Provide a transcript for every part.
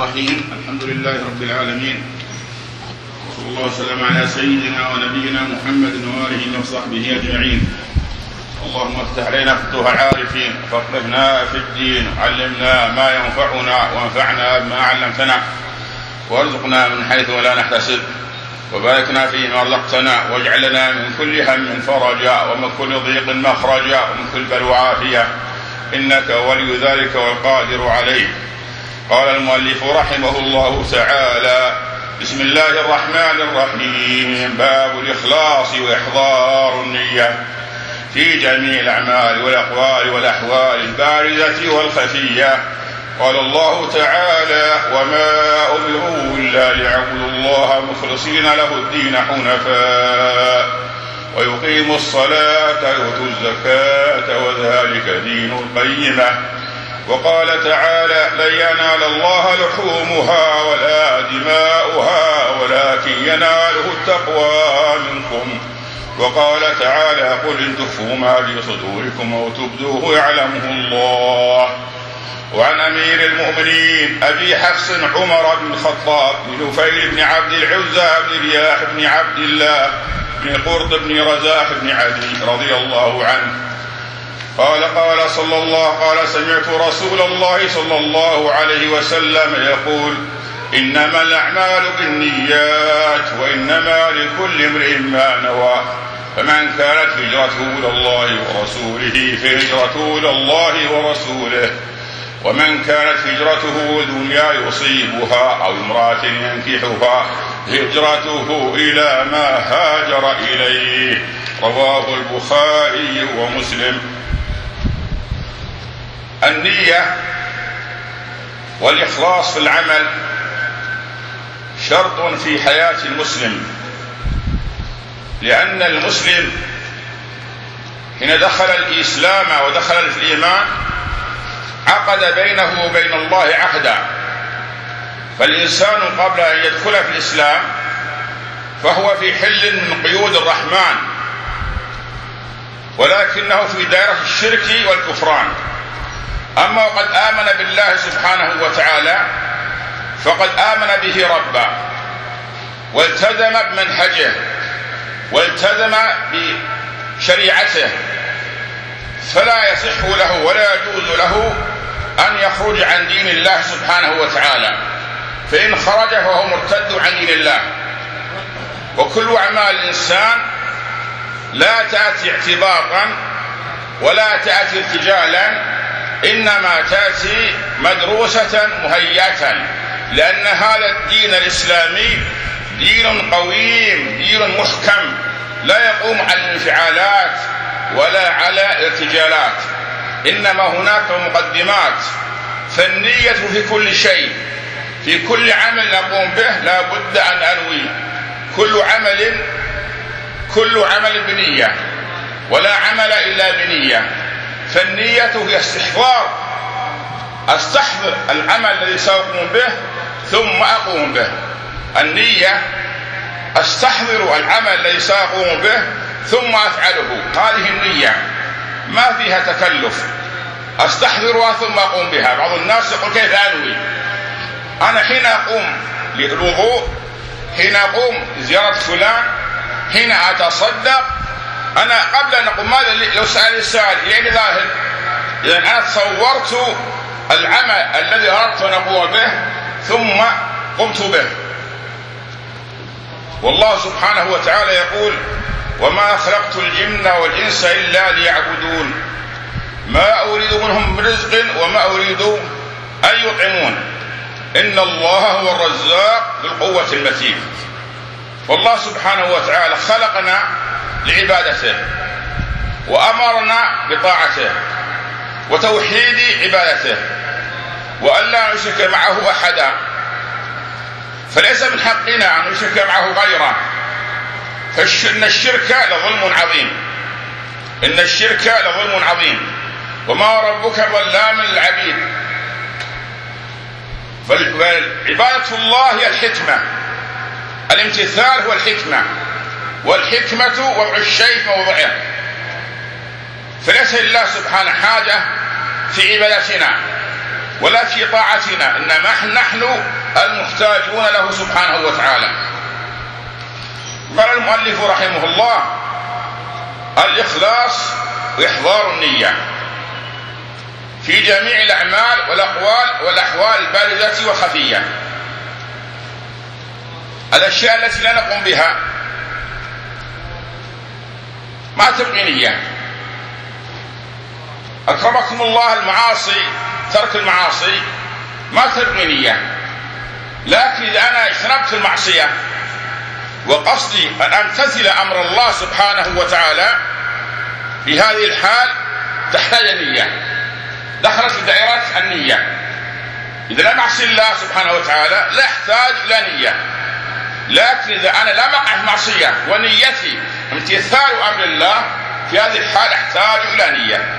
الرحيم. الحمد لله رب العالمين، وصلى الله وسلم على سيدنا ونبينا محمد وآله وصحبه أجمعين. اللهم افتح علينا فتوح العارفين، وفقهنا في الدين، وعلمنا ما ينفعنا، وانفعنا بما علمتنا، وارزقنا من حيث لا نحتسب، وباركنا فيما رزقتنا، واجعلنا من كل هم فرجا، ومن كل ضيق مخرجا، ومن كل بلوى عافية، إنك ولي ذلك والقادر عليه. قال المؤلف رحمه الله تعالى: بسم الله الرحمن الرحيم. باب الإخلاص وإحضار النية في جميع الأعمال والأقوال والأحوال البارزة والخفية. قال الله تعالى: وما أمروا إلا ليعبدوا الله مخلصين له الدين حنفاء ويقيموا الصلاة ويؤتوا الزكاة وذلك دين القيمة. وقال تعالى: لن ينال الله لحومها ولا دماؤها ولكن يناله التقوى منكم. وقال تعالى: قل إن تخفوا ما في صدوركم أو تبدوه يعلمه الله. وعن أمير المؤمنين أبي حفص عمر بن الخطاب بن نفيل بن عبد العزى بن رياح بن عبد الله بن قرط بن رزاح بن عدي رضي الله عنه قال سمعت رسول الله صلى الله عليه وسلم يقول: إنما الأعمال بالنيات وإنما لكل امرئ ما نوى، فمن كانت هجرته إلى الله ورسوله فهجرته إلى الله ورسوله، ومن كانت هجرته دنيا يصيبها أو امرأة ينكحها هجرته إلى ما هاجر إليه. رواه البخاري ومسلم. النية والإخلاص في العمل شرط في حياة المسلم، لأن المسلم حين دخل الإسلام ودخل في الإيمان عقد بينه وبين الله عهدا. فالإنسان قبل أن يدخل في الإسلام فهو في حل من قيود الرحمن، ولكنه في دائرة الشرك والكفران. أما وقد آمن بالله سبحانه وتعالى فقد آمن به ربا، والتزم بمنهجه، والتزم بشريعته، فلا يصح له ولا يجوز له أن يخرج عن دين الله سبحانه وتعالى، فإن خرج فهو مرتد عن دين الله. وكل أعمال الإنسان لا تأتي اعتباطا ولا تأتي ارتجالا، إنما تأتي مدروسة مهيئة، لأن هذا الدين الإسلامي دين قويم، دين محكم، لا يقوم على الانفعالات ولا على ارتجالات، إنما هناك مقدمات. فالنية في كل شيء، في كل عمل نقوم به لا بد أن أنوي. كل عمل بنية، ولا عمل إلا بنية. فالنية هي استحضر العمل الذي سأقوم به ثم أقوم به. النية استحضر العمل الذي سأقوم به ثم أفعله، هذه النية ما فيها تكلف، استحضرها ثم أقوم بها. بعض الناس يقول: كيف أنوي؟ أنا حين أقوم للوضوء، حين أقوم زيارة فلان، حين أتصدق، أنا قبل أن أقوم ماذا لو سأل السائل يعني ظاهر، إذن أنا تصورت العمل الذي أردت أن أقوم به ثم قمت به. والله سبحانه وتعالى يقول: وما خلقت الجن والإنس إلا ليعبدون ما أريد منهم من رزق وما أريد أن يطعمون إن الله هو الرزاق ذو القوة المتين. والله سبحانه وتعالى خلقنا لعبادته، وأمرنا بطاعته وتوحيد عبادته، وأن لا نشرك معه أحدا، فليس من حقنا أن نشرك معه غيره. فإن الشرك لظلم عظيم، إن الشرك لظلم عظيم، وما ربك ظلام للعبيد. فعبادة الله هي الحكمة، الامتثال هو الحكمة، والحكمة وضع الشيء في موضعه. فليس لله سبحانه حاجة في عبادتنا، ولا في طاعتنا، إنما نحن المحتاجون له سبحانه وتعالى. قال المؤلف رحمه الله: الإخلاص وإحضار النية في جميع الأعمال والأقوال والأحوال البارزة والخفية، الأشياء التي لا نقوم بها ما تبقي نية. أكرمكم الله، المعاصي، ترك المعاصي ما تبقي نية، لكن إذا أنا اجتنبت المعصية وقصدي أن أمتثل أمر الله سبحانه وتعالى، في هذه الحال تحتاج نية، دخلت في دائرة النية. إذا لم أعصي الله سبحانه وتعالى لا أحتاج إلى نية، لكن إذا أنا لم أقع في معصية ونيتي امتثال أمر الله، في هذه الحال أحتاج إلى نية.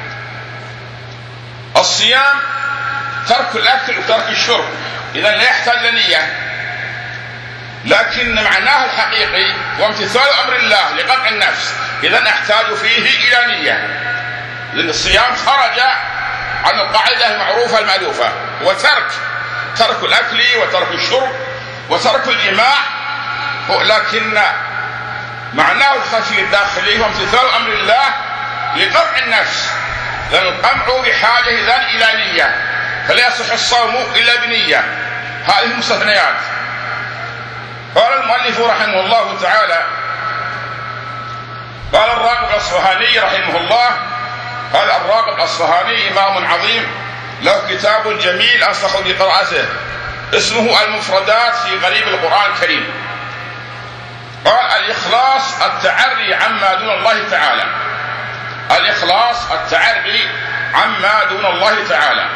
الصيام ترك الأكل وترك الشرب، إذا لا يحتاج إلى نية، لكن معناه الحقيقي وامتثال أمر الله لقطع النفس، إذا أحتاج فيه إلى نية، لأن الصيام خرج عن القاعدة المعروفة المألوفة، وترك الأكل وترك الشرب وترك الجماع، لكن معناه الخفي الداخلي هو امتثال أمر الله لقطع النفس، لأن القمع بحاجة إذن إلى نية، فلا يصح الصوم إلا بنية. هذه المستثنيات. قال المؤلف رحمه الله تعالى: قال الراغب الأصفهاني رحمه الله، هذا الراغب الأصفهاني إمام عظيم له كتاب جميل أنصح بقراءته اسمه المفردات في غريب القرآن الكريم. قال: الإخلاص التعري عما دون الله تعالى، الإخلاص التعري عما دون الله تعالى.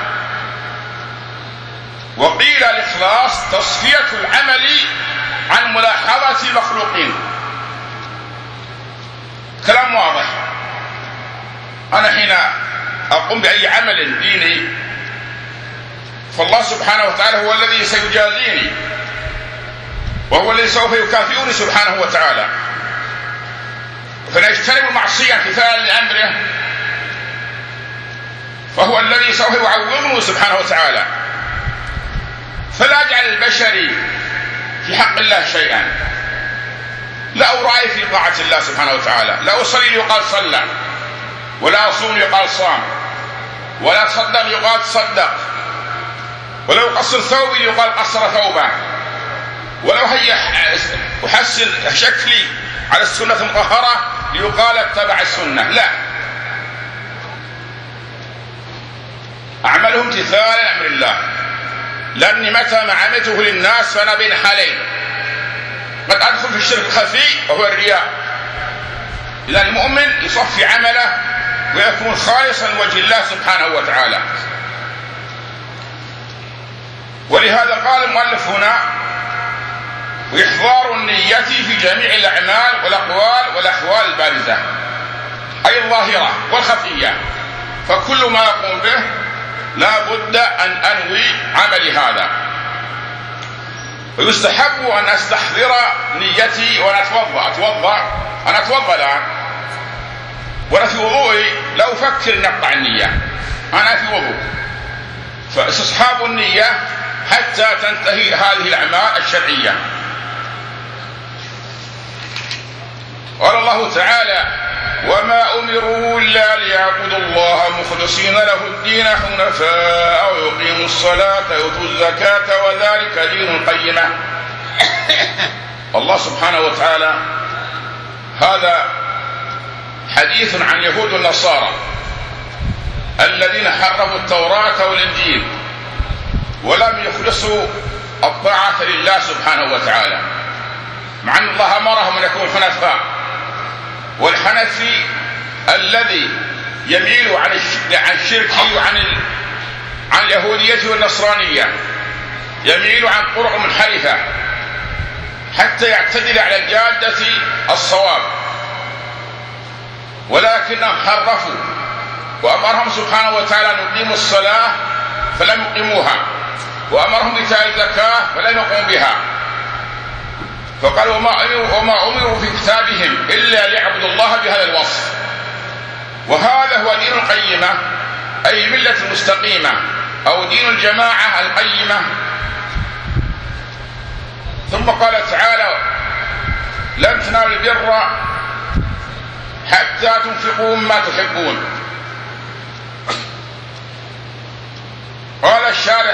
وقيل الإخلاص تصفية العمل عن ملاحظة المخلوقين. كلام واضح. أنا حين أقوم بأي عمل ديني فالله سبحانه وتعالى هو الذي سيجازيني، وهو الذي سوف يكافئني سبحانه وتعالى، فنجتنب المعصية امتثالا لأمره، فهو الذي سوف يعوضني سبحانه وتعالى. فلا أجعل البشر في حق الله شيئا، لا أرائي في طاعة الله سبحانه وتعالى، لا أصلي يقال صلى، ولا أصوم يقال صام، ولا أتصدق يقال تصدق، ولو قصر ثوبي يقال قصر ثوبه، ولو أحسن شكلي على السنة المطهرة يقال اتبع السنة، لا، أعمله امتثالا لأمر الله، لأني متى ما عملته للناس فأنا بين حالين، قد أدخل في الشرك الخفي وهو الرياء. إذا المؤمن يصفي عمله ويكون خالصا لوجه الله سبحانه وتعالى. ولهذا قال المؤلف هنا: وإحضار النية في جميع الأعمال والأقوال والأحوال البارزة، أي الظاهرة والخفية، فكل ما يقوم به لا بد أن أنوي عملي هذا. ويستحب أن أستحضر نيتي وأنا أتوضأ الآن، وأنا في وضوئي لا أفكر أن أقطع النية، أنا في وضوء، فاستصحاب النية حتى تنتهي هذه الأعمال الشرعية. قال الله تعالى: وما أمروا إلا ليعبدوا الله مخلصين له الدين حنفاء ويقيموا الصلاة ويؤتوا الزكاة وذلك دين القيمة. الله سبحانه وتعالى هذا حديث عن يهود والنصارى الذين حرفوا التوراة والإنجيل ولم يخلصوا الطاعة لله سبحانه وتعالى، مع أن الله أمرهم أن يكونوا حنفاء. والحنفي الذي يميل عن الشرك وعن اليهودية والنصرانية، يميل عن طرق منحرفة حتى يعتدل على الجادة الصواب، ولكنهم حرفوا، وأمرهم سبحانه وتعالى أن يقيموا الصلاة فلم يقيموها، وأمرهم بإيتاء الزكاة فلم يقوموا بها، فقال: وما أمروا في كتابهم إلا ليعبدوا الله بهذا الوصف. وهذا هو دين القيمة، أي ملة المستقيمة أو دين الجماعة القيمة. ثم قال تعالى: لن تنالوا البر حتى تنفقوا مما تحبون. قال الشارح: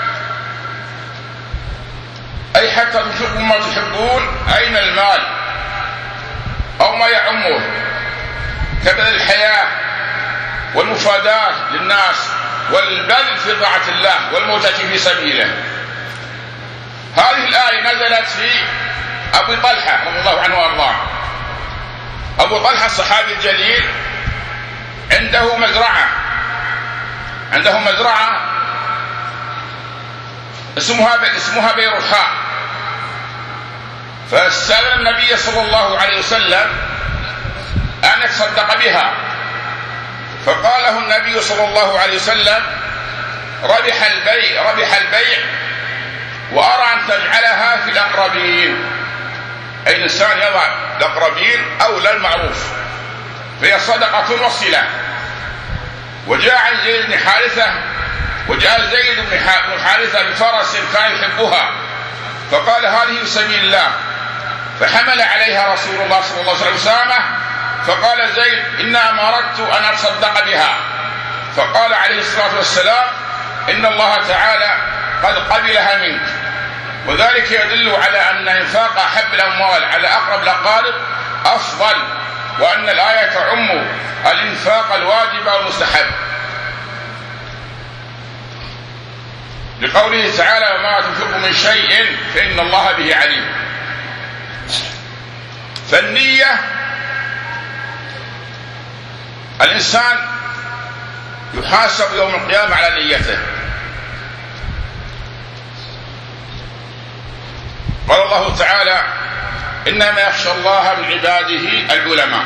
أي حتى تنفقوا مما تحبون، أين المال أو ما يعمه كبذل الحياة والمفادات للناس والبذل في طاعة الله والموتة في سبيله. هذه الآية نزلت في أبي طلحة رضي الله عنه وأرضاه. أبو طلحة الصحابي الجليل عنده مزرعة اسمها بيرحاء، فاستأذن النبي صلى الله عليه وسلم أن يتصدق بها، فقال له النبي صلى الله عليه وسلم: ربح البيع وأرى أن تجعلها في الأقربين، أي الإنسان يضع الأقربين أولى المعروف، فهي صدقة وصلة. وجاء زيد بن حارثة بفرس كان يحبها، فقال: هذه في سبيل الله، فحمل عليها رسول الله صلى الله عليه وسلم أسامة، فقال زيد: إنما أردت أن أتصدق بها، فقال عليه الصلاة والسلام: إن الله تعالى قد قبلها منك. وذلك يدل على أن إنفاق أحب الأموال على أقرب الأقارب أفضل، وأن الآية تعم الإنفاق الواجب والمستحب، لقوله تعالى: وما تنفقوا من شيء فإن الله به عليم. فالنية، الإنسان يحاسب يوم القيامة على نيته. قال الله تعالى: إنما يخشى الله من عباده العلماء.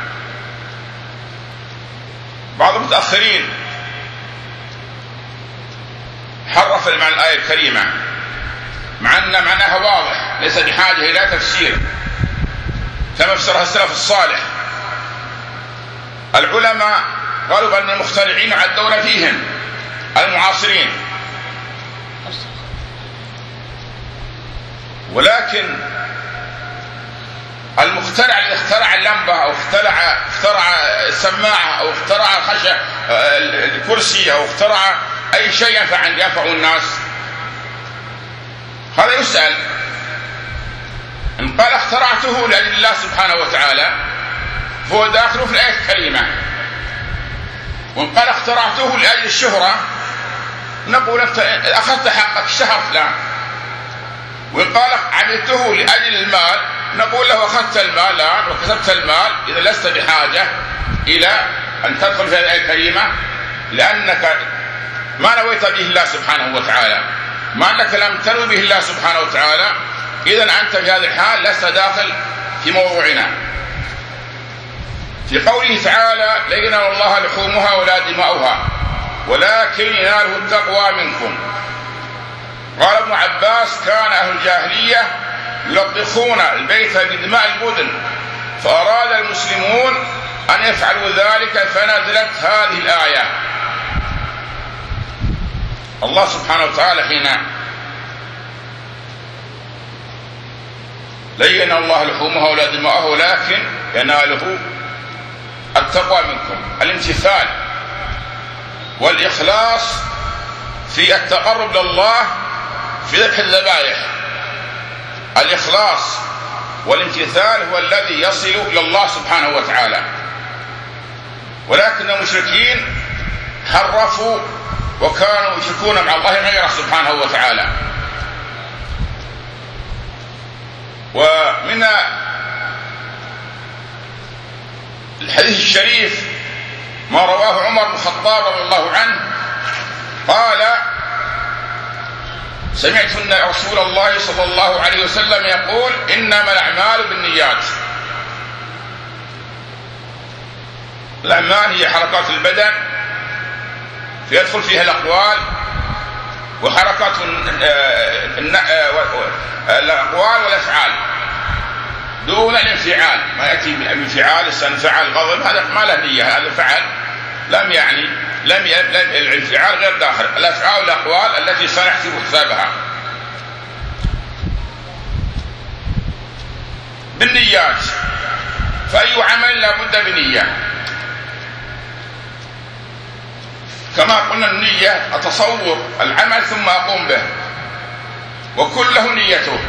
بعض المتأخرين حرف المعنى الآية الكريمة، مع أن معناها واضح ليس بحاجة إلى تفسير كما فسرها السلف الصالح. العلماء قالوا بأن المخترعين عدون فيهم المعاصرين، ولكن المخترع اللي اخترع اللمبة أو اخترع السماعة أو اخترع الكرسي أو اخترع أي شيء ينفع الناس، هذا يسأل. إن قال اخترعته لأجل الله سبحانه وتعالى فهو داخل في الآية الكريمة، وإن قال اخترعته لأجل الشهرة نقول أخذت حقك اشتهر فلان، وإن قال عملته لأجل المال نقول له أخذت المال الآن وكسبت المال، إذا لست بحاجة إلى أن تدخل في هذه الآية الكريمة، لأنك ما نويت به الله سبحانه وتعالى، ما أنك لم تنوي به الله سبحانه وتعالى، إذن أنت في هذه الحال لست داخل في موضوعنا. في قوله تعالى: لن ينال الله لحومها ولا دماؤها ولكن يناله التقوى منكم. قال ابن عباس: كان أهل الجاهلية يلطخون البيت بدماء البدن، فأراد المسلمون أن يفعلوا ذلك فنزلت هذه الآية. الله سبحانه وتعالى حين لن ينال الله لحومها ولا دماؤها ولكن يناله التقوى منكم، الامتثال والإخلاص في التقرب لله في ذبح الذبائح. الإخلاص والامتثال هو الذي يصل إلى الله سبحانه وتعالى، ولكن المشركين حرفوا وكانوا يشركون مع الله غيره سبحانه وتعالى. ومن الحديث الشريف ما رواه عمر بن الخطاب رضي الله عنه قال: سمعت أن رسول الله صلى الله عليه وسلم يقول: إنما الأعمال بالنيات. الأعمال هي حركات البدن يدخل فيها الأقوال وحركات الأقوال والأفعال دون الانفعال. ما يأتي بالانفعال، الإنسان فعل غضب، هذا ما له نية، هذا فعل لم يعني الفعال غير داخل، الأفعال والأقوال التي سنحسب حسابها. بالنيات، فأي عمل لا بد بنية، كما قلنا النية أتصور العمل ثم أقوم به، وكل له نيته.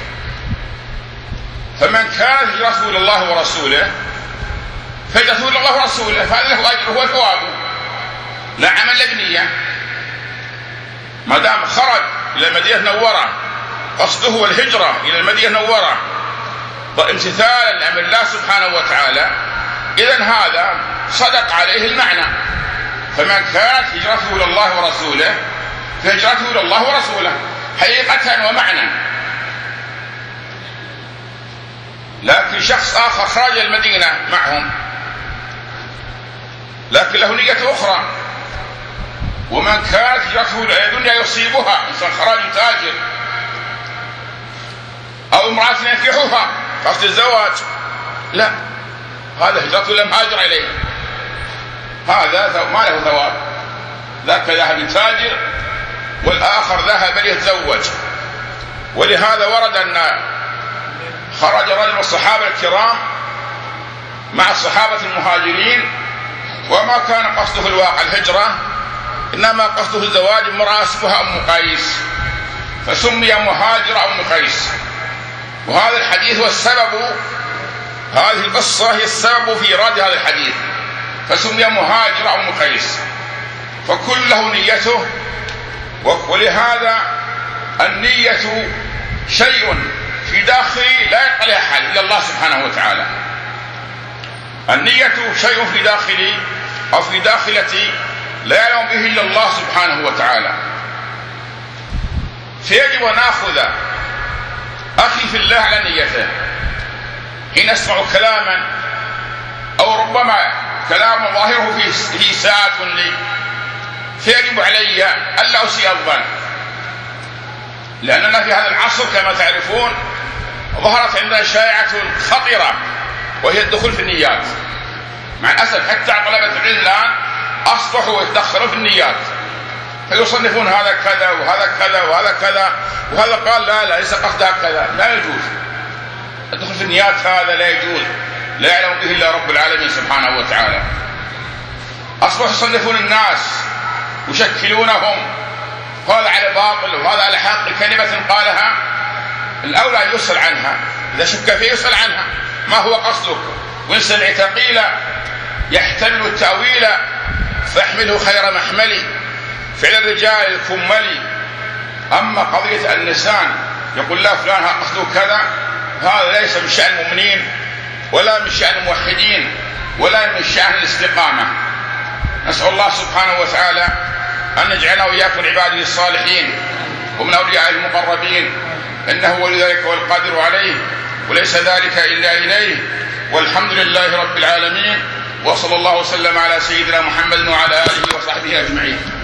فمن كانت هجرته إلى الله ورسوله فهجرته إلى الله ورسوله، فهذا له أجره وثوابه، لا عمل لا بنية. ما دام خرج إلى المدينة المنورة قصده الهجرة إلى المدينة المنورة امتثالا لأمر الله سبحانه وتعالى، إذن هذا صدق عليه المعنى. فمن كانت هجرته إلى الله ورسوله فهجرته إلى الله ورسوله حقيقة ومعنى. لكن شخص آخر خرج المدينة معهم لكن له نية أخرى، ومن كانت هجرته إلى دنيا يصيبها، إنسان خرج تاجر أو امرأة ينكحها قصد الزواج، لا، هذا هجرته لم هاجر إليه، هذا ما له ثواب. ذاك ذهب يتاجر والآخر ذهب ليتزوج. ولهذا ورد أن خرج رجل من الصحابة الكرام مع الصحابة المهاجرين، وما كان قصده الواقع الهجرة، إنما قصده الزواج امرأة اسمها أم قيس، فسمي مهاجر أم قيس. وهذا الحديث هو السبب، هذه القصة هي السبب في إيراد هذا الحديث، فسمي مهاجر أم قيس. فكل له نيته، ولهذا النية شيء في داخلي لا يطلع أحد إلا الله سبحانه وتعالى. النية شيء في داخلي أو في داخلتي لا يعلم به إلا الله سبحانه وتعالى. فيجب أن نأخذ أخي في الله على نيته حين أسمع كلاما أو ربما كلام ظاهره فيه ساعة لي، فيجب علي ألا أسيء الظن، لأننا في هذا العصر كما تعرفون ظهرت عندنا شائعة خطيرة وهي الدخول في النيات. مع الأسف حتى طلبة العلم الآن أصبحوا يتدخلون في النيات، فيصنفون هذا كذا وهذا كذا وهذا كذا، وهذا قال لا ليس قصدها كذا. لا يجوز الدخول في النيات، هذا لا يجوز، لا يعلم به إلا رب العالمين سبحانه وتعالى. أصبحوا يصنفون الناس ويشكلونهم، وهذا على باطل وهذا على حق. كلمة قالها الأولى أن يسأل عنها، إذا شك فيه يسأل عنها، ما هو قصدك؟ وإن سمعت قيل يحتمل التأويل فاحمله خير محملي، فعل الرجال الكملي. أما قضية اللسان يقول لا فلان قصده كذا، هذا ليس من شأن المؤمنين ولا من شأن الموحدين ولا من شأن الاستقامة. نسأل الله سبحانه وتعالى أن يجعلنا وإياكم عباده الصالحين ومن أولياء المقربين، إنه ولي ذلك والقادر عليه، وليس ذلك إلا إليه. والحمد لله رب العالمين، وصلى الله وسلم على سيدنا محمد وعلى آله وصحبه أجمعين.